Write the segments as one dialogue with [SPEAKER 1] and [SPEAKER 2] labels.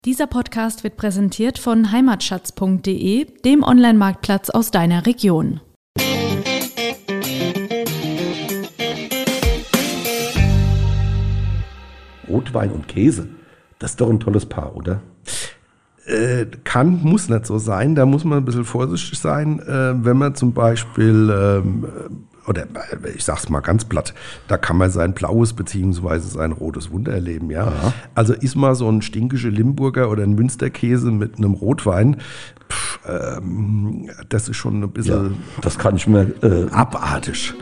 [SPEAKER 1] Dieser Podcast wird präsentiert von heimatschatz.de, dem Online-Marktplatz aus deiner Region.
[SPEAKER 2] Rotwein und Käse, das ist doch ein tolles Paar, oder?
[SPEAKER 3] Muss nicht so sein. Da muss man ein bisschen vorsichtig sein, wenn man zum Beispiel, oder ich sag's mal ganz platt, da kann man sein blaues bzw. sein rotes Wunder erleben. Ja?
[SPEAKER 2] Aha.
[SPEAKER 3] Also ist mal so ein stinkische Limburger oder ein Münsterkäse mit einem Rotwein, das ist schon ein bisschen
[SPEAKER 2] das kann ich mir
[SPEAKER 3] abartig.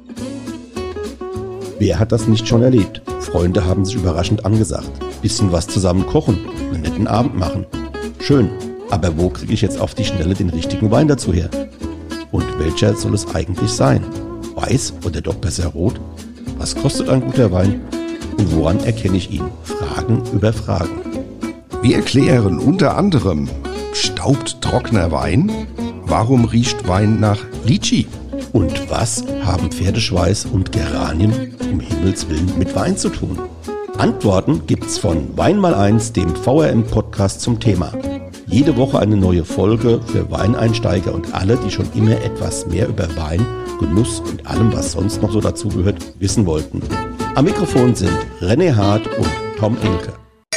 [SPEAKER 4] Wer hat das nicht schon erlebt? Freunde haben sich überraschend angesagt. Bisschen was zusammen kochen, einen netten Abend machen. Schön, aber wo kriege ich jetzt auf die Schnelle den richtigen Wein dazu her? Und welcher soll es eigentlich sein? Weiß oder doch besser rot? Was kostet ein guter Wein? Und woran erkenne ich ihn? Fragen über Fragen.
[SPEAKER 3] Wir erklären unter anderem, staubt trockener Wein? Warum riecht Wein nach Litschi?
[SPEAKER 4] Und was haben Pferdeschweiß und Geranien um Himmels Willen mit Wein zu tun? Antworten gibt's von Wein mal eins, dem VRM-Podcast zum Thema. Jede Woche eine neue Folge für Weineinsteiger und alle, die schon immer etwas mehr über Wein, Genuss und allem, was sonst noch so dazugehört, wissen wollten. Am Mikrofon sind René Hart und Tom Ilke.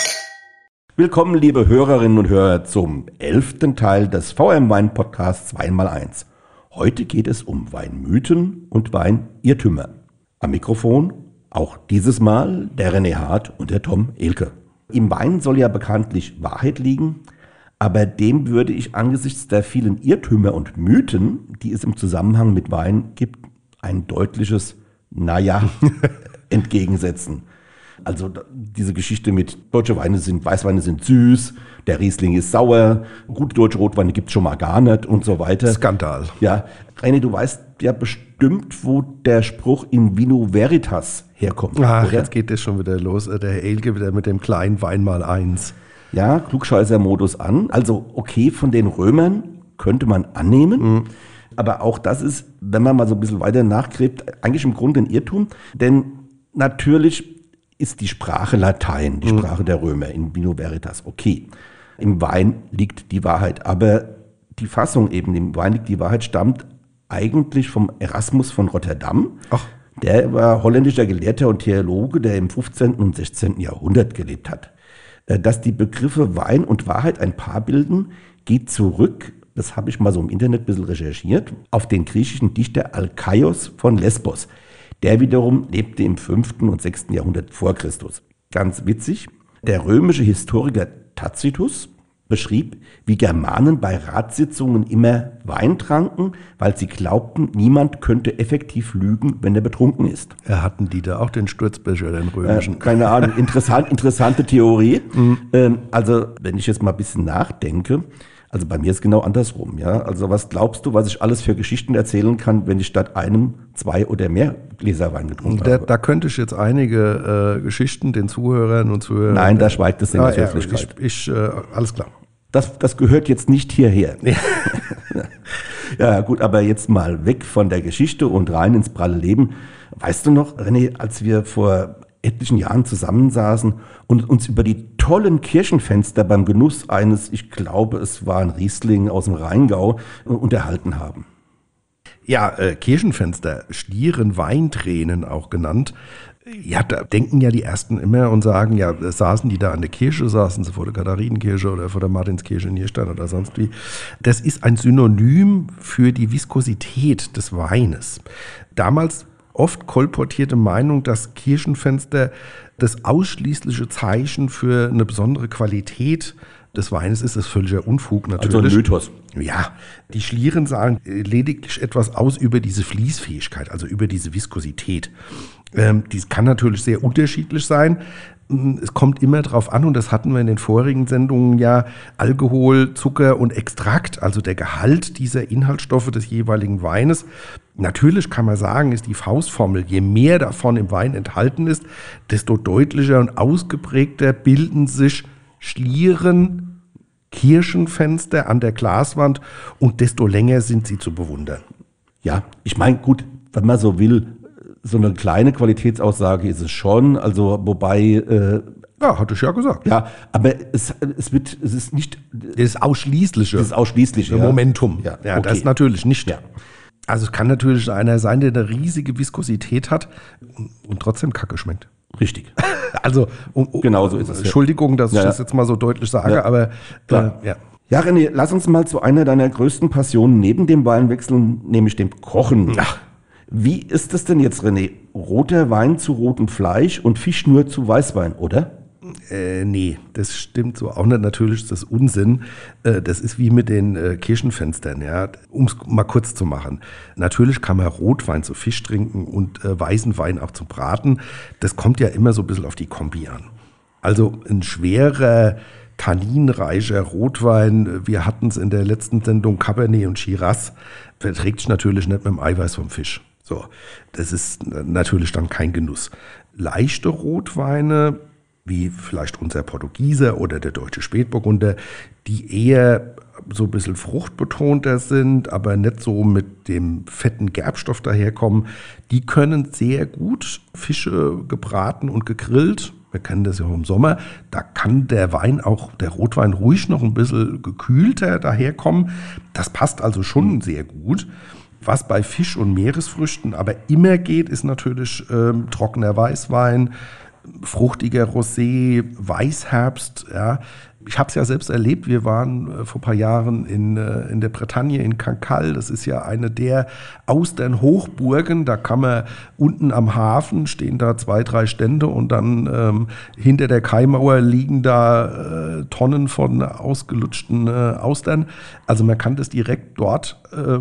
[SPEAKER 2] Willkommen, liebe Hörerinnen und Hörer, zum 11. Teil des VRM-Wein-Podcasts Wein mal eins. Heute geht es um Weinmythen und Weinirrtümer. Am Mikrofon auch dieses Mal der René Hart und der Tom Ilke. Im Wein soll ja bekanntlich Wahrheit liegen, aber dem würde ich angesichts der vielen Irrtümer und Mythen, die es im Zusammenhang mit Wein gibt, ein deutliches Naja entgegensetzen. Also diese Geschichte mit Weißweine sind süß, der Riesling ist sauer, gute deutsche Rotweine gibt's schon mal gar nicht und so weiter.
[SPEAKER 3] Skandal.
[SPEAKER 2] Ja, René, du weißt ja bestimmt, wo der Spruch in Vino Veritas herkommt.
[SPEAKER 3] Ach,
[SPEAKER 2] oder? Jetzt
[SPEAKER 3] geht das schon wieder los. Der Herr Elke wieder mit dem kleinen Wein mal eins.
[SPEAKER 2] Ja, Klugscheißer-Modus an. Also okay, von den Römern könnte man annehmen. Aber auch das ist, wenn man mal so ein bisschen weiter nachgräbt, eigentlich im Grunde ein Irrtum. Denn natürlich ist die Sprache Latein, die Sprache der Römer in Vino Veritas. Okay, im Wein liegt die Wahrheit. Aber die Fassung eben, im Wein liegt die Wahrheit, stammt eigentlich vom Erasmus von Rotterdam.
[SPEAKER 3] Ach.
[SPEAKER 2] Der war holländischer Gelehrter und Theologe, der im 15. und 16. Jahrhundert gelebt hat. Dass die Begriffe Wein und Wahrheit ein Paar bilden, geht zurück, das habe ich mal so im Internet ein bisschen recherchiert, auf den griechischen Dichter Alkaios von Lesbos. Der wiederum lebte im 5. und 6. Jahrhundert vor Christus. Ganz witzig, der römische Historiker Tacitus beschrieb, wie Germanen bei Ratssitzungen immer Wein tranken, weil sie glaubten, niemand könnte effektiv lügen, wenn er betrunken ist.
[SPEAKER 3] Hatten die da auch den Sturzbecher, den römischen?
[SPEAKER 2] Keine Ahnung, interessante Theorie. Also wenn ich jetzt mal ein bisschen nachdenke, also bei mir ist genau andersrum. Ja? Also was glaubst du, was ich alles für Geschichten erzählen kann, wenn ich statt einem 2 oder mehr Gläser Wein getrunken habe?
[SPEAKER 3] Da könnte ich jetzt einige Geschichten den Zuhörern und Zuhörern...
[SPEAKER 2] Nein, da schweigt es in der Höflichkeit.
[SPEAKER 3] Alles klar.
[SPEAKER 2] Das gehört jetzt nicht hierher. Ja gut, aber jetzt mal weg von der Geschichte und rein ins pralle Leben. Weißt du noch, René, als wir vor etlichen Jahren zusammensaßen und uns über die tollen Kirchenfenster beim Genuss eines, ich glaube, es war ein Riesling aus dem Rheingau, unterhalten haben?
[SPEAKER 3] Ja, Kirchenfenster, Stieren, Weintränen auch genannt. Ja, da denken ja die Ersten immer und sagen, ja, saßen die da an der Kirche, saßen sie vor der Katharinenkirche oder vor der Martinskirche in Nierstein oder sonst wie. Das ist ein Synonym für die Viskosität des Weines. Damals oft kolportierte Meinung, dass Kirchenfenster das ausschließliche Zeichen für eine besondere Qualität des Weines ist völliger Unfug natürlich.
[SPEAKER 2] Also ein Mythos.
[SPEAKER 3] Ja, die Schlieren sagen lediglich etwas aus über diese Fließfähigkeit, also über diese Viskosität. Dies kann natürlich sehr unterschiedlich sein. Es kommt immer drauf an, und das hatten wir in den vorigen Sendungen ja, Alkohol, Zucker und Extrakt, also der Gehalt dieser Inhaltsstoffe des jeweiligen Weines. Natürlich kann man sagen, ist die Faustformel, je mehr davon im Wein enthalten ist, desto deutlicher und ausgeprägter bilden sich Schlieren, Kirchenfenster an der Glaswand und desto länger sind sie zu bewundern.
[SPEAKER 2] Ja, ich meine, gut, wenn man so will, so eine kleine Qualitätsaussage ist es schon, also wobei
[SPEAKER 3] Ja, hatte ich ja gesagt.
[SPEAKER 2] Ja, aber es ist nicht
[SPEAKER 3] Das Ausschließliche.
[SPEAKER 2] das Ausschließliche.
[SPEAKER 3] Momentum.
[SPEAKER 2] Ja,
[SPEAKER 3] Okay. Das
[SPEAKER 2] okay.
[SPEAKER 3] natürlich nicht.
[SPEAKER 2] Ja.
[SPEAKER 3] Also es kann natürlich einer sein, der eine riesige Viskosität hat und trotzdem Kacke schmeckt.
[SPEAKER 2] Richtig.
[SPEAKER 3] Also,
[SPEAKER 2] Genau so ist es, ja.
[SPEAKER 3] Entschuldigung, dass ich
[SPEAKER 2] Ja, ja.
[SPEAKER 3] das jetzt mal so deutlich sage,
[SPEAKER 2] Ja.
[SPEAKER 3] aber
[SPEAKER 2] Klar.
[SPEAKER 3] ja.
[SPEAKER 2] Ja, René, lass uns mal zu einer deiner größten Passionen neben dem Wein wechseln, nämlich dem Kochen.
[SPEAKER 3] Ach.
[SPEAKER 2] Wie ist es denn jetzt, René? Roter Wein zu rotem Fleisch und Fisch nur zu Weißwein, oder?
[SPEAKER 3] Nee, das stimmt so auch nicht. Natürlich ist das Unsinn. Das ist wie mit den Kirchenfenstern, ja. Um es mal kurz zu machen. Natürlich kann man Rotwein zu Fisch trinken und weißen Wein auch zum Braten. Das kommt ja immer so ein bisschen auf die Kombi an. Also ein schwerer, tanninreicher Rotwein, wir hatten es in der letzten Sendung Cabernet und Shiraz, verträgt sich natürlich nicht mit dem Eiweiß vom Fisch. So, das ist natürlich dann kein Genuss. Leichte Rotweine, wie vielleicht unser Portugieser oder der deutsche Spätburgunder, die eher so ein bisschen fruchtbetonter sind, aber nicht so mit dem fetten Gerbstoff daherkommen, die können sehr gut Fische gebraten und gegrillt. Wir kennen das ja auch im Sommer. Da kann der Wein auch, der Rotwein ruhig noch ein bisschen gekühlter daherkommen. Das passt also schon sehr gut. Was bei Fisch und Meeresfrüchten aber immer geht, ist natürlich trockener Weißwein, fruchtiger Rosé, Weißherbst. Ja. Ich habe es ja selbst erlebt. Wir waren vor ein paar Jahren in der Bretagne, in Cancale. Das ist ja eine der Austernhochburgen. Da kann man unten am Hafen stehen da 2, 3 Stände und dann hinter der Kaimauer liegen da Tonnen von ausgelutschten Austern. Also man kann das direkt dort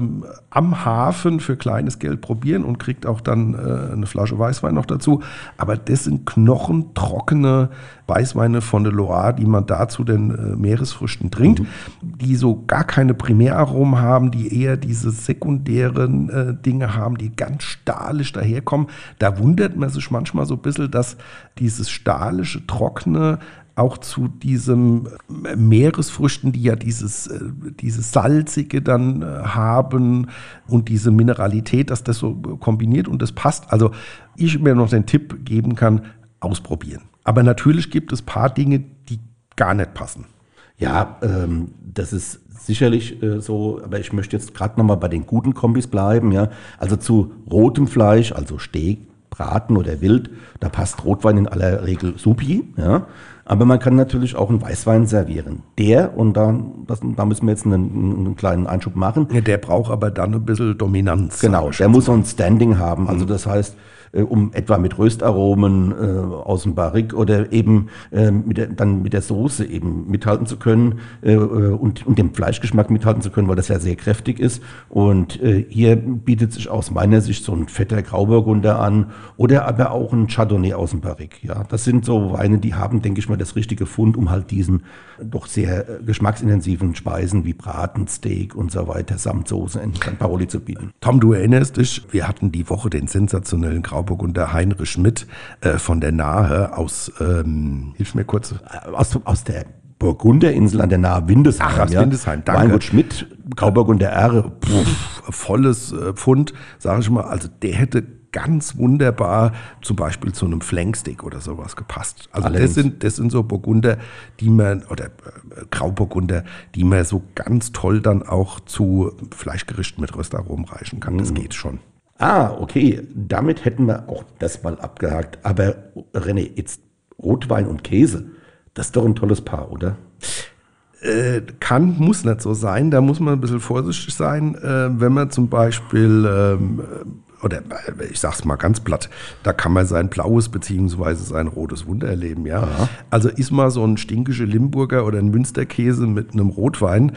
[SPEAKER 3] am Hafen für kleines Geld probieren und kriegt auch dann eine Flasche Weißwein noch dazu. Aber das sind knochentrockene Weißweine von der Loire, die man da zu den Meeresfrüchten trinkt, die so gar keine Primäraromen haben, die eher diese sekundären Dinge haben, die ganz stahlig daherkommen. Da wundert man sich manchmal so ein bisschen, dass dieses stahlische, trockene auch zu diesem Meeresfrüchten, die ja dieses Salzige dann haben und diese Mineralität, dass das so kombiniert und das passt. Also ich mir noch den Tipp geben kann, ausprobieren. Aber natürlich gibt es ein paar Dinge, die gar nicht passen.
[SPEAKER 2] Ja, das ist sicherlich so, aber ich möchte jetzt gerade nochmal bei den guten Kombis bleiben. Ja? Also zu rotem Fleisch, also Steak, Braten oder Wild, da passt Rotwein in aller Regel supi. Ja? Aber man kann natürlich auch einen Weißwein servieren. Und da müssen wir jetzt einen kleinen Einschub machen.
[SPEAKER 3] Ja, der braucht aber dann ein bisschen Dominanz.
[SPEAKER 2] Genau, der muss so ein Standing haben. Also das heißt, um etwa mit Röstaromen aus dem Barrique oder eben mit der Soße eben mithalten zu können und dem Fleischgeschmack mithalten zu können, weil das ja sehr kräftig ist. Und hier bietet sich aus meiner Sicht so ein fetter Grauburgunder an oder aber auch ein Chardonnay aus dem Barrique. Ja, das sind so Weine, die haben, denke ich mal, das richtige Fund, um halt diesen doch sehr geschmacksintensiven Speisen wie Braten, Steak und so weiter samt Soße in St. Paroli zu bieten.
[SPEAKER 3] Tom, du erinnerst dich, wir hatten die Woche den sensationellen Grauburgunder Heinrich Schmidt von der Nahe aus, hilf mir kurz.
[SPEAKER 2] Aus der Burgunderinsel an der Nahe Windesheim.
[SPEAKER 3] Ach, aus Windesheim, danke.
[SPEAKER 2] Weingut Schmidt, Grauburgunder R.
[SPEAKER 3] Volles Pfund, sage ich mal. Also der hätte ganz wunderbar zum Beispiel zu einem Flanksteak oder sowas gepasst. Also das sind so Burgunder, die man, oder Grauburgunder, die man so ganz toll dann auch zu Fleischgerichten mit Röstaromen reichen kann. Das geht schon.
[SPEAKER 2] Ah, okay. Damit hätten wir auch das mal abgehakt. Aber René, jetzt Rotwein und Käse, das ist doch ein tolles Paar, oder?
[SPEAKER 3] Muss nicht so sein. Da muss man ein bisschen vorsichtig sein. Wenn man zum Beispiel, oder ich sag's mal ganz platt, da kann man sein blaues bzw. sein rotes Wunder erleben. Ja? Also ist mal so ein stinkische Limburger oder ein Münsterkäse mit einem Rotwein,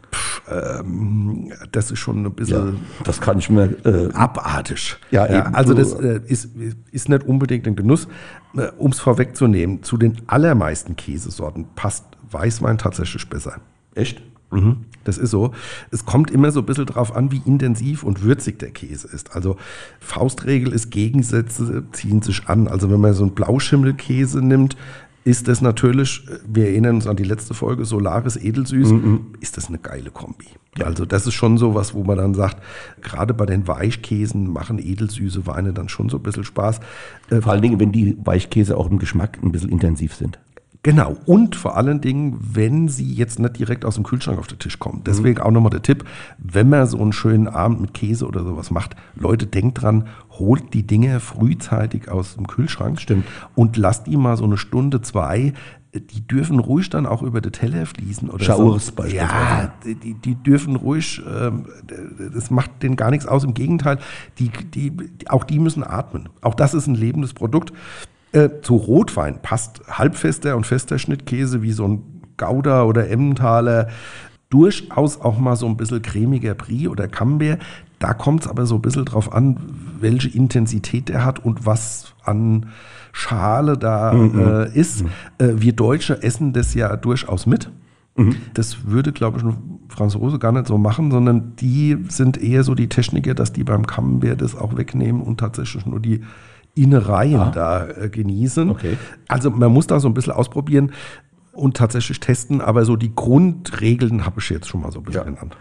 [SPEAKER 3] das ist schon ein bisschen...
[SPEAKER 2] Ja, das kann ich mir...
[SPEAKER 3] abartig.
[SPEAKER 2] Ja, eben.
[SPEAKER 3] Also das ist nicht unbedingt ein Genuss. Um es vorwegzunehmen, zu den allermeisten Käsesorten passt Weißwein tatsächlich besser.
[SPEAKER 2] Echt?
[SPEAKER 3] Das ist so. Es kommt immer so ein bisschen drauf an, wie intensiv und würzig der Käse ist. Also Faustregel ist, Gegensätze ziehen sich an. Also wenn man so einen Blauschimmelkäse nimmt, ist das natürlich, wir erinnern uns an die letzte Folge, Solaris Edelsüß, ist das eine geile Kombi. Ja. Also das ist schon so was, wo man dann sagt, gerade bei den Weichkäsen machen edelsüße Weine dann schon so ein bisschen Spaß.
[SPEAKER 2] Vor allen Dingen, wenn die Weichkäse auch im Geschmack ein bisschen intensiv sind.
[SPEAKER 3] Genau, und vor allen Dingen, wenn sie jetzt nicht direkt aus dem Kühlschrank auf den Tisch kommen. Deswegen auch nochmal der Tipp, wenn man so einen schönen Abend mit Käse oder sowas macht, Leute, denkt dran, holt die Dinge frühzeitig aus dem Kühlschrank.
[SPEAKER 2] Stimmt.
[SPEAKER 3] Und lasst die mal so eine Stunde, 2, die dürfen ruhig dann auch über den Teller fließen. Oder
[SPEAKER 2] Chaours
[SPEAKER 3] so.
[SPEAKER 2] beispielsweise.
[SPEAKER 3] Ja, die dürfen ruhig, das macht denen gar nichts aus, im Gegenteil, auch die müssen atmen. Auch das ist ein lebendes Produkt. Zu Rotwein passt halbfester und fester Schnittkäse wie so ein Gouda oder Emmentaler, durchaus auch mal so ein bisschen cremiger Brie oder Camembert. Da kommt es aber so ein bisschen drauf an, welche Intensität der hat und was an Schale da ist. Wir Deutsche essen das ja durchaus mit. Das würde, glaube ich, ein Franzose gar nicht so machen, sondern die sind eher so die Techniker, dass die beim Camembert das auch wegnehmen und tatsächlich nur die Innereien da genießen.
[SPEAKER 2] Okay.
[SPEAKER 3] Also man muss da so ein bisschen ausprobieren und tatsächlich testen, aber so die Grundregeln habe ich jetzt schon mal so ein bisschen genannt.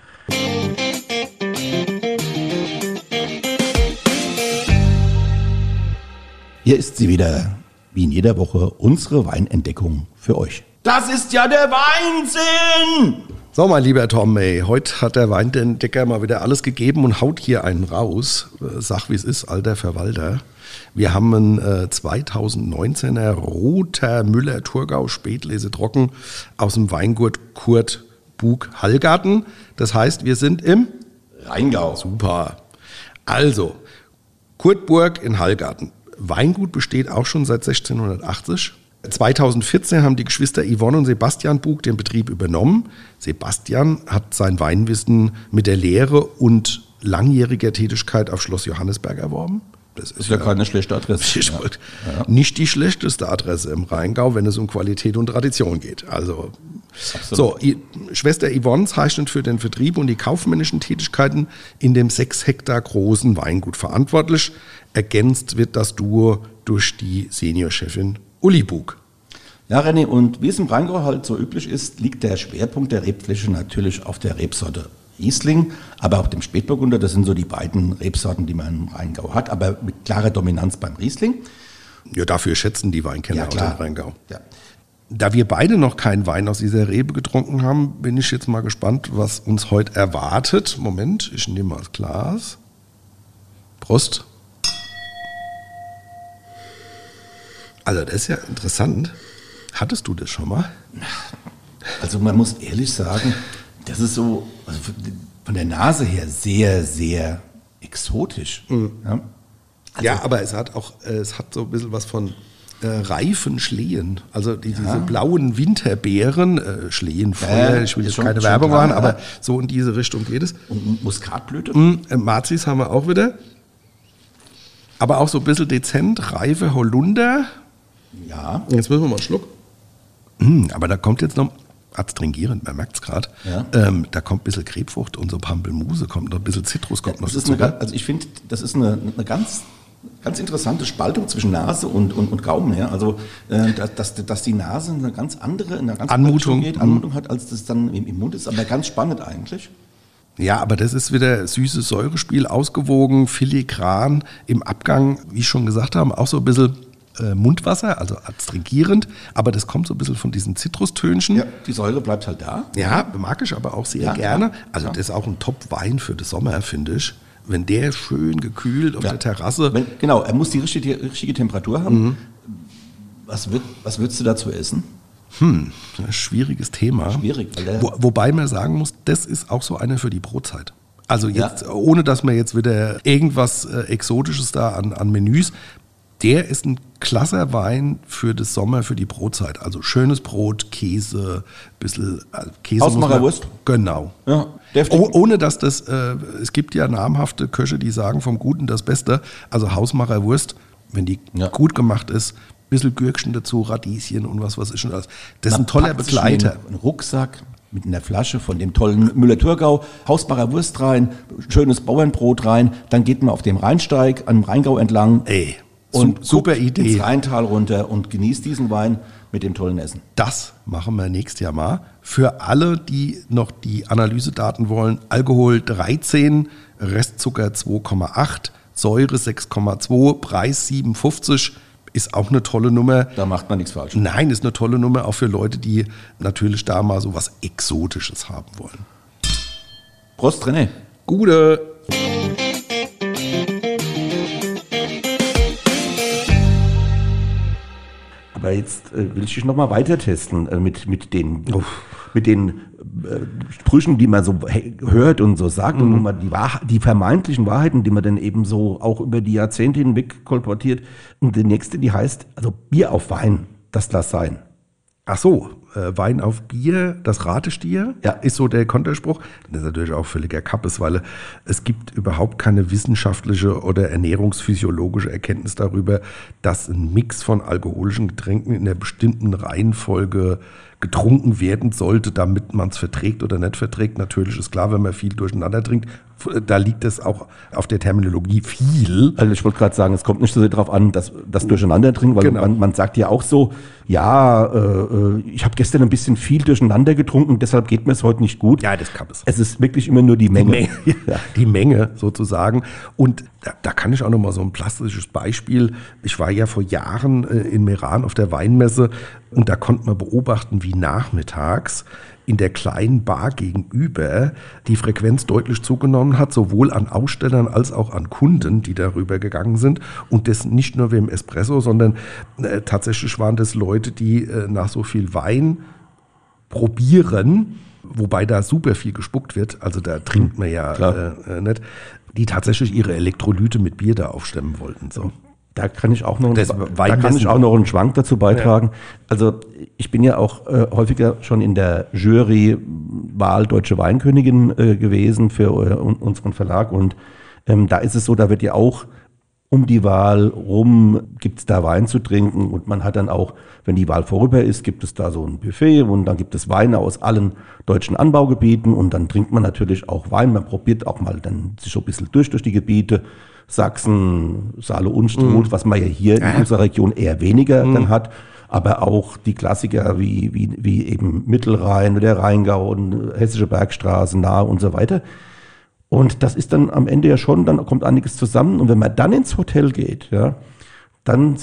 [SPEAKER 4] Hier ist sie wieder, wie in jeder Woche, unsere Weinentdeckung für euch. Das ist ja der Weinsinn!
[SPEAKER 3] So, mein lieber Tom, heute hat der Weinentdecker mal wieder alles gegeben und haut hier einen raus. Sag, wie es ist, alter Verwalter. Wir haben einen 2019er roter Müller-Thurgau Spätlese trocken aus dem Weingut Kurt Bug Hallgarten. Das heißt, wir sind im
[SPEAKER 4] Rheingau.
[SPEAKER 3] Super. Also, Kurt Burg in Hallgarten. Weingut besteht auch schon seit 1680. 2014 haben die Geschwister Yvonne und Sebastian Bug den Betrieb übernommen. Sebastian hat sein Weinwissen mit der Lehre und langjähriger Tätigkeit auf Schloss Johannisberg erworben. Das ist
[SPEAKER 2] ja keine schlechte Adresse.
[SPEAKER 3] Nicht die schlechteste Adresse im Rheingau, wenn es um Qualität und Tradition geht. Also, so, Schwester Yvonne zeichnet für den Vertrieb und die kaufmännischen Tätigkeiten in dem 6 Hektar großen Weingut verantwortlich. Ergänzt wird das Duo durch die Seniorchefin Uli Bug.
[SPEAKER 4] Ja, René, und wie es im Rheingau halt so üblich ist, liegt der Schwerpunkt der Rebfläche natürlich auf der Rebsorte Riesling, aber auch dem Spätburgunder. Das sind so die beiden Rebsorten, die man im Rheingau hat, aber mit klarer Dominanz beim Riesling.
[SPEAKER 3] Ja, dafür schätzen die Weinkenner aus dem Rheingau.
[SPEAKER 4] Ja.
[SPEAKER 3] Da wir beide noch keinen Wein aus dieser Rebe getrunken haben, bin ich jetzt mal gespannt, was uns heute erwartet. Moment, ich nehme mal das Glas. Prost. Also das ist ja interessant. Hattest du das schon mal?
[SPEAKER 4] Also man muss ehrlich sagen, das ist so also von der Nase her sehr, sehr exotisch.
[SPEAKER 3] Mhm.
[SPEAKER 4] Ja? Also,
[SPEAKER 3] ja, aber es hat so ein bisschen was von reifen Schlehen. Also diese blauen Winterbeeren, Schlehenfeuer, ich will jetzt keine Werbung machen, aber so in diese Richtung geht es.
[SPEAKER 4] Und Muskatblüte?
[SPEAKER 3] Mazis haben wir auch wieder. Aber auch so ein bisschen dezent, reife Holunder.
[SPEAKER 4] Ja.
[SPEAKER 3] Jetzt müssen wir mal einen Schluck. Aber da kommt jetzt noch adstringierend, man merkt es gerade.
[SPEAKER 4] Ja.
[SPEAKER 3] Da kommt ein bisschen Krebfrucht und so Pampelmuse, kommt noch ein bisschen Zitrus, kommt noch
[SPEAKER 4] dazu. Also ich finde, das ist eine ganz interessante Spaltung zwischen Nase und Gaumen. Ja? Also dass die Nase eine ganz andere Anmutung hat, als das dann im Mund ist, aber ganz spannend eigentlich.
[SPEAKER 3] Ja, aber das ist wieder süßes Säurespiel, ausgewogen, filigran, im Abgang, wie ich schon gesagt habe, auch so ein bisschen Mundwasser, also adstringierend, aber das kommt so ein bisschen von diesen Zitrustönchen.
[SPEAKER 4] Ja, die Säure bleibt halt da.
[SPEAKER 3] Ja, mag ich aber auch sehr gerne. Also das ist auch ein Top-Wein für den Sommer, finde ich. Wenn der schön gekühlt auf der Terrasse.
[SPEAKER 4] Genau, er muss die richtige Temperatur haben. Mhm. Was würdest du dazu essen?
[SPEAKER 3] Ein schwieriges Thema.
[SPEAKER 4] Schwierig.
[SPEAKER 3] Wobei man sagen muss, das ist auch so einer für die Brotzeit. Also jetzt, ohne dass man jetzt wieder irgendwas Exotisches da an Menüs, der ist ein klasser Wein für das Sommer, für die Brotzeit. Also schönes Brot, Käse, bisschen Käse.
[SPEAKER 4] Hausmacherwurst?
[SPEAKER 3] Genau.
[SPEAKER 4] Ja,
[SPEAKER 3] ohne dass das, es gibt ja namhafte Köche, die sagen vom Guten das Beste. Also Hausmacherwurst, wenn die gut gemacht ist, bisschen Gürkchen dazu, Radieschen und was ist schon das. Das ist ein toller Begleiter.
[SPEAKER 4] Ein Rucksack mit einer Flasche von dem tollen Müller-Thurgau, Hausbacher Wurst rein, schönes Bauernbrot rein, dann geht man auf dem Rheinsteig am Rheingau entlang. Und
[SPEAKER 3] super Idee.
[SPEAKER 4] Ins Rheintal runter und genießt diesen Wein mit dem tollen Essen.
[SPEAKER 3] Das machen wir nächstes Jahr mal. Für alle, die noch die Analysedaten wollen, Alkohol 13, Restzucker 2,8, Säure 6,2, Preis 57, ist auch eine tolle Nummer.
[SPEAKER 2] Da macht man nichts falsch.
[SPEAKER 3] Nein, ist eine tolle Nummer auch für Leute, die natürlich da mal so was Exotisches haben wollen.
[SPEAKER 2] Prost, René.
[SPEAKER 3] Gute.
[SPEAKER 2] Aber jetzt will ich dich nochmal weiter testen mit den Sprüchen, die man so hört und so sagt und wo man die vermeintlichen Wahrheiten, die man dann eben so auch über die Jahrzehnte hinweg kolportiert. Und die nächste, die heißt, also Bier auf Wein, das lass sein.
[SPEAKER 3] Ach so, Wein auf Bier, das Ratestier,
[SPEAKER 2] ja,
[SPEAKER 3] ist so der Konterspruch. Das ist natürlich auch völliger Kappes, weil es gibt überhaupt keine wissenschaftliche oder ernährungsphysiologische Erkenntnis darüber, dass ein Mix von alkoholischen Getränken in einer bestimmten Reihenfolge getrunken werden sollte, damit man es verträgt oder nicht verträgt. Natürlich ist klar, wenn man viel durcheinander trinkt, da liegt es auch auf der Terminologie viel.
[SPEAKER 2] Also ich wollte gerade sagen, es kommt nicht so sehr darauf an, dass das durcheinander trinken, weil
[SPEAKER 3] genau,
[SPEAKER 2] man sagt ja auch so, ja, ich habe gestern ein bisschen viel durcheinander getrunken, deshalb geht mir es heute nicht gut.
[SPEAKER 3] Ja, das kann es.
[SPEAKER 2] Es ist wirklich immer nur die Menge.
[SPEAKER 3] Die Menge sozusagen. Und da kann ich auch noch mal so ein plastisches Beispiel. Ich war ja vor Jahren in Meran auf der Weinmesse und da konnte man beobachten, wie nachmittags in der kleinen Bar gegenüber die Frequenz deutlich zugenommen hat, sowohl an Ausstellern als auch an Kunden, die darüber gegangen sind. Und das nicht nur wegen Espresso, sondern tatsächlich waren das Leute, die nach so viel Wein probieren, wobei da super viel gespuckt wird, also da trinkt man ja nicht, die tatsächlich ihre Elektrolyte mit Bier da aufstemmen wollten. So.
[SPEAKER 2] Da kann ich auch noch einen Schwank dazu beitragen. Ja. Also ich bin ja auch häufiger schon in der Jury Wahl Deutsche Weinkönigin gewesen für unseren Verlag und da ist es so, da wird ja auch um die Wahl rum gibt es da Wein zu trinken und man hat dann auch, wenn die Wahl vorüber ist, gibt es da so ein Buffet und dann gibt es Weine aus allen deutschen Anbaugebieten und dann trinkt man natürlich auch Wein, man probiert auch mal dann sich so ein bisschen durch die Gebiete, Sachsen, Saale, Unstrut, was man ja hier in unserer Region eher weniger dann hat, aber auch die Klassiker wie eben Mittelrhein, der Rheingau und Hessische Bergstraße, Nahe und so weiter. Und das ist dann am Ende ja schon, dann kommt einiges zusammen. Und wenn man dann ins Hotel geht, ja, dann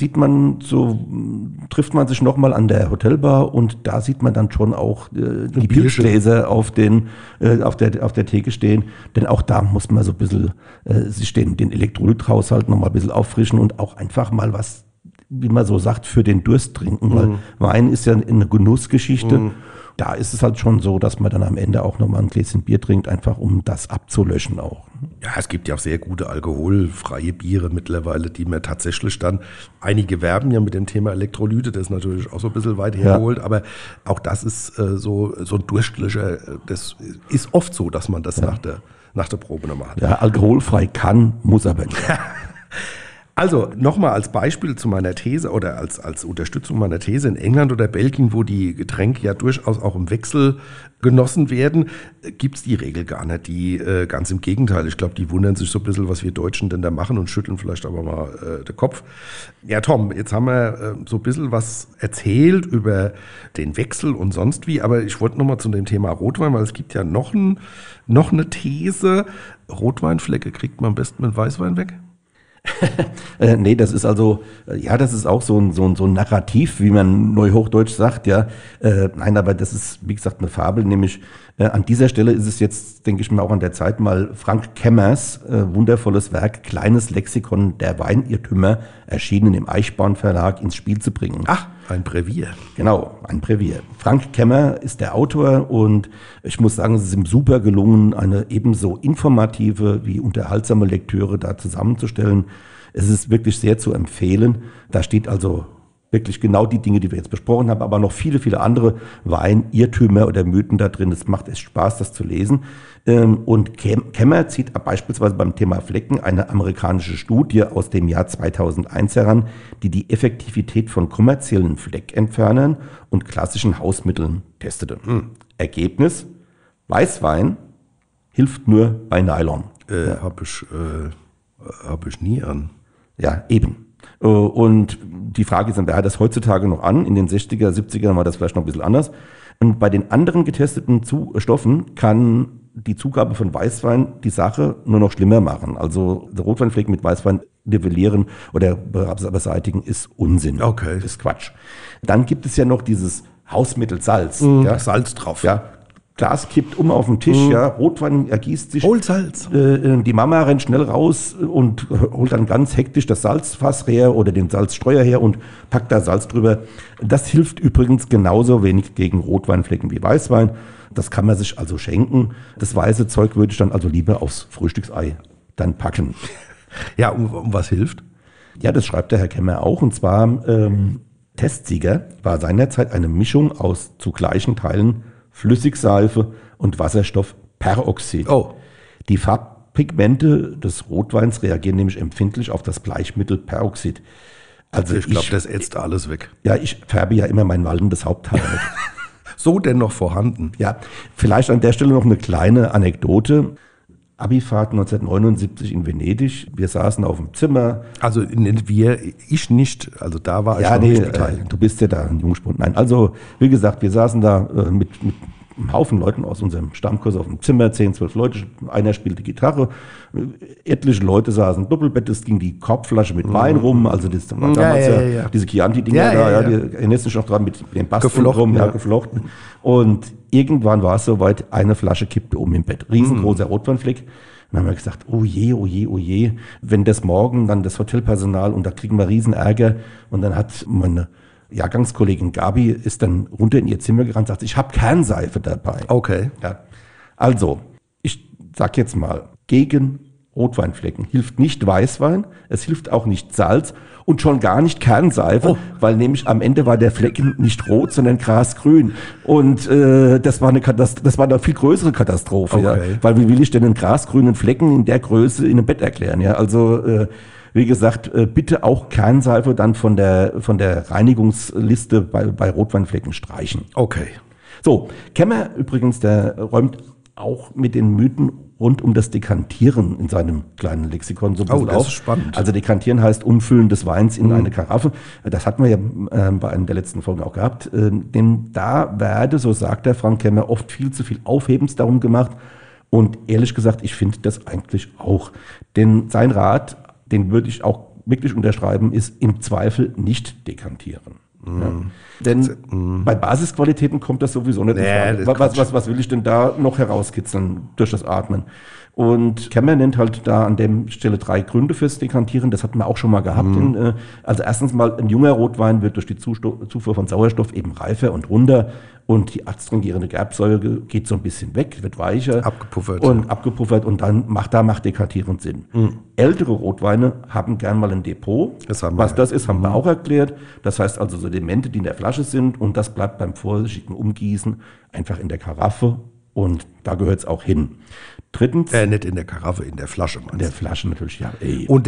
[SPEAKER 2] trifft man sich nochmal an der Hotelbar und da sieht man dann schon auch die Biergläser auf der Theke stehen. Denn auch da muss man so ein bisschen sich den Elektrolythaushalt nochmal ein bisschen auffrischen und auch einfach mal was, wie man so sagt, für den Durst trinken. Weil Wein ist ja eine Genussgeschichte. Da ist es halt schon so, dass man dann am Ende auch nochmal ein Gläschen Bier trinkt, einfach um das abzulöschen auch.
[SPEAKER 3] Ja, es gibt ja auch sehr gute alkoholfreie Biere mittlerweile, die man tatsächlich dann, einige werben ja mit dem Thema Elektrolyte, das ist natürlich auch so ein bisschen weit hergeholt, aber auch das ist so ein Durstlöscher, das ist oft so, dass man das nach der Probe nochmal hat.
[SPEAKER 2] Ja, alkoholfrei kann, muss aber nicht.
[SPEAKER 3] Also nochmal als Beispiel zu meiner These oder als Unterstützung meiner These, in England oder Belgien, wo die Getränke ja durchaus auch im Wechsel genossen werden, gibt es die Regel gar nicht. Ganz im Gegenteil, ich glaube, die wundern sich so ein bisschen, was wir Deutschen denn da machen und schütteln vielleicht aber mal den Kopf. Ja, Tom, jetzt haben wir so ein bisschen was erzählt über den Wechsel und sonst wie, aber ich wollte nochmal zu dem Thema Rotwein, weil es gibt ja noch eine These, Rotweinflecke kriegt man am besten mit Weißwein weg?
[SPEAKER 2] Nee, das ist also, ja, das ist auch so ein Narrativ, wie man neuhochdeutsch sagt, ja. Nein, aber das ist, wie gesagt, eine Fabel, nämlich an dieser Stelle ist es jetzt, denke ich mal, auch an der Zeit mal Frank Kemmers wundervolles Werk, Kleines Lexikon der Weinirrtümer, erschienen im Eichborn Verlag, ins Spiel zu bringen.
[SPEAKER 3] Ach, ein Brevier.
[SPEAKER 2] Genau, ein Brevier. Frank Kemmer ist der Autor und ich muss sagen, es ist ihm super gelungen, eine ebenso informative wie unterhaltsame Lektüre da zusammenzustellen. Es ist wirklich sehr zu empfehlen. Da steht also wirklich genau die Dinge, die wir jetzt besprochen haben, aber noch viele, viele andere Weinirrtümer oder Mythen da drin. Es macht echt Spaß, das zu lesen. Und Kemmer zieht beispielsweise beim Thema Flecken eine amerikanische Studie aus dem Jahr 2001 heran, die die Effektivität von kommerziellen Fleckentfernern und klassischen Hausmitteln testete. Ergebnis: Weißwein hilft nur bei Nylon.
[SPEAKER 3] Hab ich nie an.
[SPEAKER 2] Ja, eben. Und die Frage ist dann, wer hat das heutzutage noch an? In den 60er, 70ern war das vielleicht noch ein bisschen anders. Und bei den anderen getesteten Stoffen kann die Zugabe von Weißwein die Sache nur noch schlimmer machen. Also der Rotweinflecken mit Weißwein nivellieren oder beseitigen, ist Unsinn.
[SPEAKER 3] Okay.
[SPEAKER 2] Ist Quatsch. Dann gibt es ja noch dieses Hausmittel Salz. Ja?
[SPEAKER 3] Salz drauf.
[SPEAKER 2] Ja. Glas kippt auf den Tisch, ja, Rotwein ergießt sich.
[SPEAKER 3] Hol Salz.
[SPEAKER 2] Die Mama rennt schnell raus und holt dann ganz hektisch das Salzfass her oder den Salzstreuer her und packt da Salz drüber. Das hilft übrigens genauso wenig gegen Rotweinflecken wie Weißwein. Das kann man sich also schenken. Das weiße Zeug würde ich dann also lieber aufs Frühstücksei dann packen.
[SPEAKER 3] Ja, um was hilft?
[SPEAKER 2] Ja, das schreibt der Herr Kemmer auch. Und zwar Testsieger war seinerzeit eine Mischung aus zu gleichen Teilen Flüssigseife und Wasserstoffperoxid.
[SPEAKER 3] Oh.
[SPEAKER 2] Die Farbpigmente des Rotweins reagieren nämlich empfindlich auf das Bleichmittel Peroxid. Also
[SPEAKER 3] Ich glaube, das ätzt alles weg.
[SPEAKER 2] Ja, ich färbe ja immer mein wallendes Haupthaar mit.
[SPEAKER 3] So denn noch vorhanden?
[SPEAKER 2] Ja, vielleicht an der Stelle noch eine kleine Anekdote. Abifahrt 1979 in Venedig. Wir saßen auf dem Zimmer.
[SPEAKER 3] Also ich nicht, also da war ich
[SPEAKER 2] Ja,
[SPEAKER 3] noch nicht beteiligt.
[SPEAKER 2] du bist ja da ein Jungspund. Nein, also wie gesagt, wir saßen da mit einem Haufen Leuten aus unserem Stammkurs auf dem Zimmer, 10, 12 Leute, einer spielte Gitarre, etliche Leute saßen Doppelbett, es ging die Korbflasche mit Wein rum, also das war damals ja diese Chianti-Dinger, die erinnerst du dich noch dran mit dem Basten rum, geflochten. Und irgendwann war es soweit, eine Flasche kippte im Bett, riesengroßer Rotweinfleck. Dann haben wir gesagt, oh je, wenn das morgen dann das Hotelpersonal und da kriegen wir riesen Ärger. Und dann hat meine Jahrgangskollegin Gabi ist dann runter in ihr Zimmer gerannt und sagt, ich habe Kernseife dabei.
[SPEAKER 3] Okay.
[SPEAKER 2] Ja. Also, ich sag jetzt mal, gegen Rotweinflecken hilft nicht Weißwein, es hilft auch nicht Salz und schon gar nicht Kernseife, weil nämlich am Ende war der Flecken nicht rot, sondern grasgrün. Und das war eine viel größere Katastrophe.
[SPEAKER 3] Okay.
[SPEAKER 2] Ja? Weil wie will ich denn einen grasgrünen Flecken in der Größe in einem Bett erklären? Ja? Also wie gesagt, bitte auch Kernseife dann von der Reinigungsliste bei Rotweinflecken streichen.
[SPEAKER 3] Okay.
[SPEAKER 2] So, Kemmer übrigens, der räumt auch mit den Mythen rund um das Dekantieren in seinem kleinen Lexikon so ein bisschen auf.
[SPEAKER 3] Ist spannend.
[SPEAKER 2] Also Dekantieren heißt Umfüllen des Weins in eine Karaffe. Das hatten wir ja bei einer der letzten Folgen auch gehabt. Denn da werde, so sagt der Frank Kemmer, oft viel zu viel Aufhebens darum gemacht. Und ehrlich gesagt, ich finde das eigentlich auch. Denn sein Rat, den würde ich auch wirklich unterschreiben, ist im Zweifel nicht dekantieren. Ja. Denn bei Basisqualitäten kommt das sowieso nicht in Frage. Was will ich denn da noch herauskitzeln durch das Atmen? Und Kemmer nennt halt da an der Stelle 3 Gründe fürs Dekantieren. Das hatten wir auch schon mal gehabt. Also erstens mal, ein junger Rotwein wird durch die Zufuhr von Sauerstoff eben reifer und runder. Und die adstringierende Gerbsäure geht so ein bisschen weg, wird weicher. Abgepuffert. Und dann macht Dekantieren Sinn. Ältere Rotweine haben gern mal ein Depot. Was das ist, haben wir auch erklärt. Das heißt also Sedimente, die in der Flasche sind. Und das bleibt beim vorsichtigen Umgießen einfach in der Karaffe. Und da gehört es auch hin. Drittens.
[SPEAKER 3] Nicht in der Karaffe, in der Flasche.
[SPEAKER 2] In der Flasche natürlich, ja.
[SPEAKER 3] Und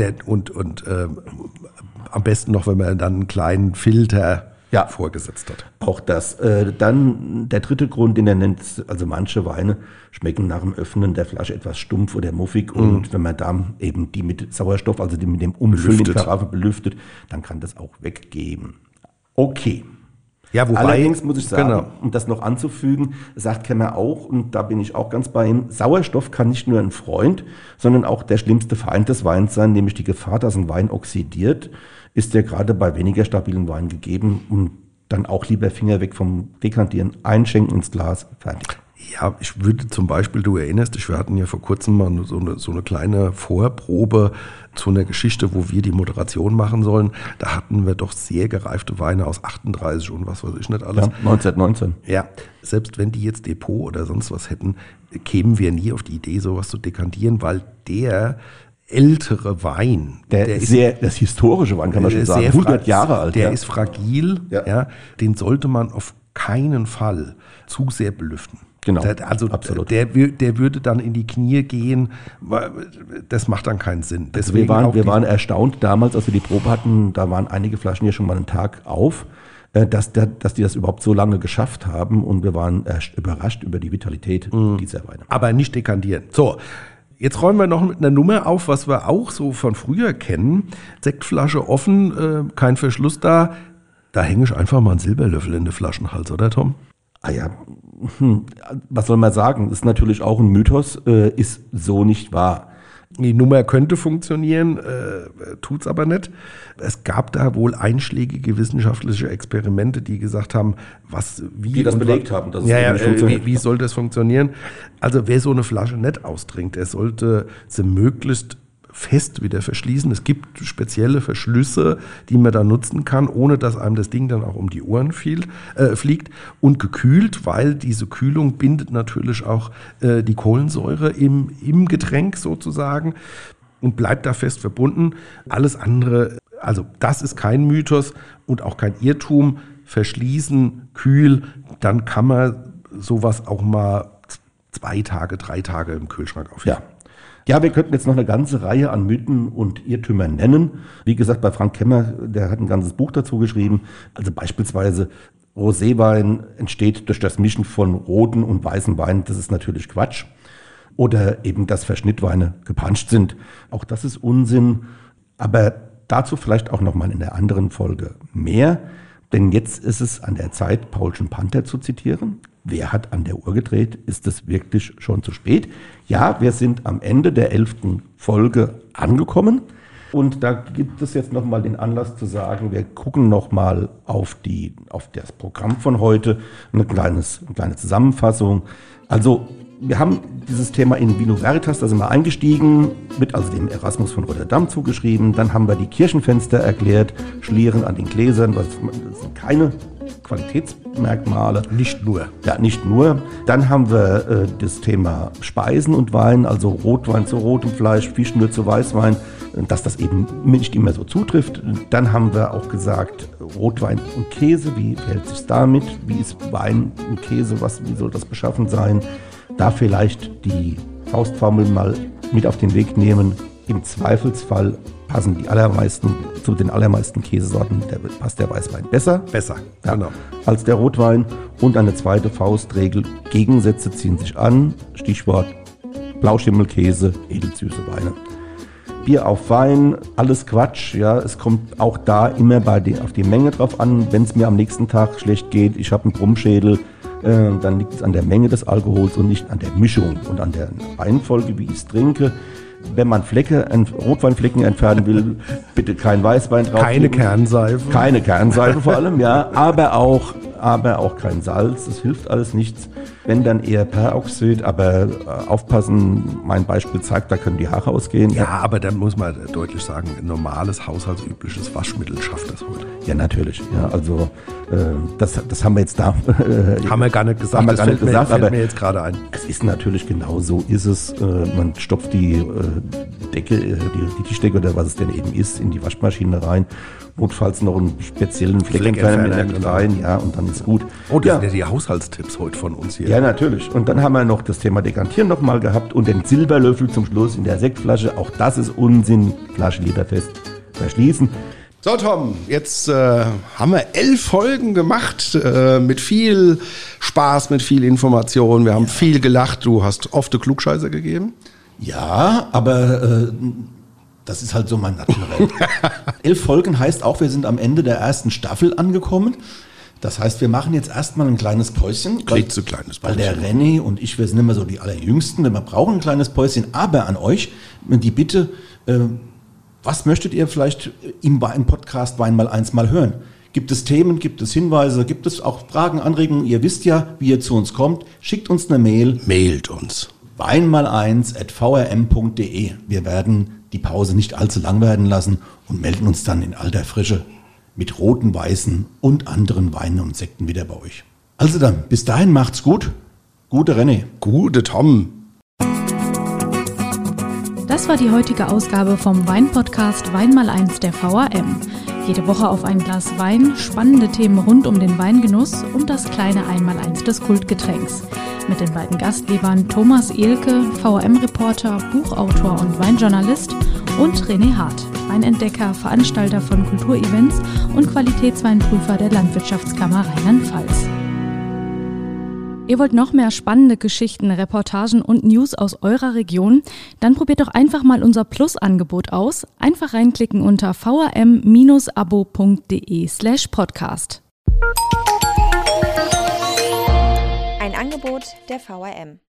[SPEAKER 3] am besten noch, wenn man dann einen kleinen Filter vorgesetzt hat.
[SPEAKER 2] Auch das. Dann der dritte Grund, den er nennt, also manche Weine schmecken nach dem Öffnen der Flasche etwas stumpf oder muffig. Und wenn man da eben die mit Sauerstoff, also die mit dem Umfüllen in die Karaffe belüftet, dann kann das auch weggeben. Okay.
[SPEAKER 3] Ja, wobei,
[SPEAKER 2] allerdings muss ich sagen, um das noch anzufügen, sagt Kemmer auch, und da bin ich auch ganz bei ihm, Sauerstoff kann nicht nur ein Freund, sondern auch der schlimmste Feind des Weins sein, nämlich die Gefahr, dass ein Wein oxidiert, ist ja gerade bei weniger stabilen Weinen gegeben und dann auch lieber Finger weg vom Dekantieren, einschenken ins Glas, fertig.
[SPEAKER 3] Ja, ich würde zum Beispiel, du erinnerst dich, wir hatten ja vor kurzem mal so eine kleine Vorprobe zu einer Geschichte, wo wir die Moderation machen sollen. Da hatten wir doch sehr gereifte Weine aus 38 und was weiß ich nicht alles.
[SPEAKER 2] Ja, 1919.
[SPEAKER 3] Ja, selbst wenn die jetzt Depot oder sonst was hätten, kämen wir nie auf die Idee, sowas zu dekantieren, weil der ältere Wein,
[SPEAKER 2] das historische Wein, kann man schon sagen, 100 Jahre alt.
[SPEAKER 3] Der ist fragil, den sollte man auf keinen Fall zu sehr belüften.
[SPEAKER 2] Genau,
[SPEAKER 3] absolut. Der würde dann in die Knie gehen, das macht dann keinen Sinn.
[SPEAKER 2] Deswegen wir waren erstaunt damals, als wir die Probe hatten, da waren einige Flaschen ja schon mal einen Tag auf, dass die das überhaupt so lange geschafft haben und wir waren überrascht über die Vitalität dieser Weine.
[SPEAKER 3] Aber nicht dekantieren. So, jetzt räumen wir noch mit einer Nummer auf, was wir auch so von früher kennen. Sektflasche offen, kein Verschluss da hänge ich einfach mal einen Silberlöffel in den Flaschenhals, oder Tom?
[SPEAKER 2] Ah ja, was soll man sagen? Ist natürlich auch ein Mythos, ist so nicht wahr.
[SPEAKER 3] Die Nummer könnte funktionieren, tut's aber nicht. Es gab da wohl einschlägige wissenschaftliche Experimente, die gesagt haben,
[SPEAKER 2] die das belegt haben, dass es funktioniert.
[SPEAKER 3] Wie soll das funktionieren? Also wer so eine Flasche nicht austrinkt, der sollte sie möglichst fest wieder verschließen. Es gibt spezielle Verschlüsse, die man da nutzen kann, ohne dass einem das Ding dann auch um die Ohren fliegt. Und gekühlt, weil diese Kühlung bindet natürlich auch die Kohlensäure im Getränk sozusagen und bleibt da fest verbunden. Alles andere, also das ist kein Mythos und auch kein Irrtum. Verschließen, kühl, dann kann man sowas auch mal 2 Tage, 3 Tage im Kühlschrank aufheben.
[SPEAKER 2] Ja, wir könnten jetzt noch eine ganze Reihe an Mythen und Irrtümern nennen. Wie gesagt, bei Frank Kemmer, der hat ein ganzes Buch dazu geschrieben. Also beispielsweise Roséwein entsteht durch das Mischen von roten und weißen Wein. Das ist natürlich Quatsch. Oder eben, dass Verschnittweine gepanscht sind. Auch das ist Unsinn. Aber dazu vielleicht auch nochmal in der anderen Folge mehr. Denn jetzt ist es an der Zeit, Paulschen Panther zu zitieren. Wer hat an der Uhr gedreht? Ist es wirklich schon zu spät? Ja, wir sind am Ende der 11. Folge angekommen. Und da gibt es jetzt nochmal den Anlass zu sagen, wir gucken nochmal auf das Programm von heute. Eine kleine Zusammenfassung. Also wir haben dieses Thema in Vino Veritas, da sind wir eingestiegen, mit also dem Erasmus von Rotterdam zugeschrieben. Dann haben wir die Kirchenfenster erklärt, Schlieren an den Gläsern, das sind keine Qualitätsmerkmale.
[SPEAKER 3] Nicht nur.
[SPEAKER 2] Ja, nicht nur. Dann haben wir das Thema Speisen und Wein, also Rotwein zu rotem Fleisch, Fischnür zu Weißwein, dass das eben nicht immer so zutrifft. Dann haben wir auch gesagt, Rotwein und Käse, wie verhält sich damit? Wie ist Wein und Käse, wie soll das beschaffen sein? Da vielleicht die Faustformel mal mit auf den Weg nehmen. Im Zweifelsfall passen zu den allermeisten Käsesorten, passt der Weißwein besser.
[SPEAKER 3] Genau.
[SPEAKER 2] Als der Rotwein. Und eine zweite Faustregel, Gegensätze ziehen sich an. Stichwort Blauschimmelkäse, edelsüße Weine. Bier auf Wein, alles Quatsch. Ja, es kommt auch da immer auf die Menge drauf an. Wenn es mir am nächsten Tag schlecht geht, ich habe einen Brummschädel, dann liegt es an der Menge des Alkohols und nicht an der Mischung und an der Reihenfolge, wie ich es trinke. Wenn man Rotweinflecken entfernen will, bitte kein Weißwein drauf.
[SPEAKER 3] Keine Kernseife.
[SPEAKER 2] Keine Kernseife vor allem, ja. Aber auch kein Salz. Das hilft alles nichts. Wenn dann eher Peroxid, aber aufpassen, mein Beispiel zeigt, da können die Haare ausgehen.
[SPEAKER 3] Ja, aber dann muss man deutlich sagen, ein normales, haushaltsübliches Waschmittel schafft das heute.
[SPEAKER 2] Ja, natürlich. Ja, also das haben wir jetzt da.
[SPEAKER 3] Haben wir gar nicht gesagt.
[SPEAKER 2] Das fällt
[SPEAKER 3] mir jetzt gerade ein.
[SPEAKER 2] Es ist natürlich genau so ist es. Man stopft die Decke, die Tischdecke oder was es denn eben ist, in die Waschmaschine rein. Notfalls noch einen speziellen Fleckentferner mit rein, ja, und dann ist gut.
[SPEAKER 3] Oh, das sind ja die Haushaltstipps heute von uns hier.
[SPEAKER 2] Ja, natürlich. Und dann haben wir noch das Thema Dekantieren nochmal gehabt und den Silberlöffel zum Schluss in der Sektflasche. Auch das ist Unsinn. Flasche lieber fest verschließen.
[SPEAKER 3] So, Tom, jetzt haben wir 11 Folgen gemacht mit viel Spaß, mit viel Information. Wir haben viel gelacht. Du hast oft eine Klugscheißer gegeben.
[SPEAKER 2] Ja, aber das ist halt so mein Naturell. 11 Folgen heißt auch, wir sind am Ende der ersten Staffel angekommen. Das heißt, wir machen jetzt erstmal ein kleines Päuschen. Weil der René und ich, wir sind immer so die Allerjüngsten. Wir brauchen ein kleines Päuschen. Aber an euch die Bitte, was möchtet ihr vielleicht im Podcast Wein mal eins mal hören? Gibt es Themen, gibt es Hinweise, gibt es auch Fragen, Anregungen? Ihr wisst ja, wie ihr zu uns kommt. Schickt uns eine Mail.
[SPEAKER 3] Mailt uns.
[SPEAKER 2] weinmal1@vrm.de. Wir werden die Pause nicht allzu lang werden lassen und melden uns dann in alter Frische mit roten, weißen und anderen Weinen und Sekten wieder bei euch. Also dann, bis dahin macht's gut. Gute René.
[SPEAKER 3] Gute Tom.
[SPEAKER 1] Das war die heutige Ausgabe vom Weinpodcast Weinmal1 der VRM. Jede Woche auf ein Glas Wein, spannende Themen rund um den Weingenuss und das kleine Einmaleins des Kultgetränks. Mit den beiden Gastgebern Thomas Ehlke, VRM-Reporter, Buchautor und Weinjournalist, und René Hart, Weinentdecker, Veranstalter von Kulturevents und Qualitätsweinprüfer der Landwirtschaftskammer Rheinland-Pfalz. Ihr wollt noch mehr spannende Geschichten, Reportagen und News aus eurer Region? Dann probiert doch einfach mal unser Plus-Angebot aus. Einfach reinklicken unter vrm-abo.de/podcast.
[SPEAKER 5] Ein Angebot der VRM.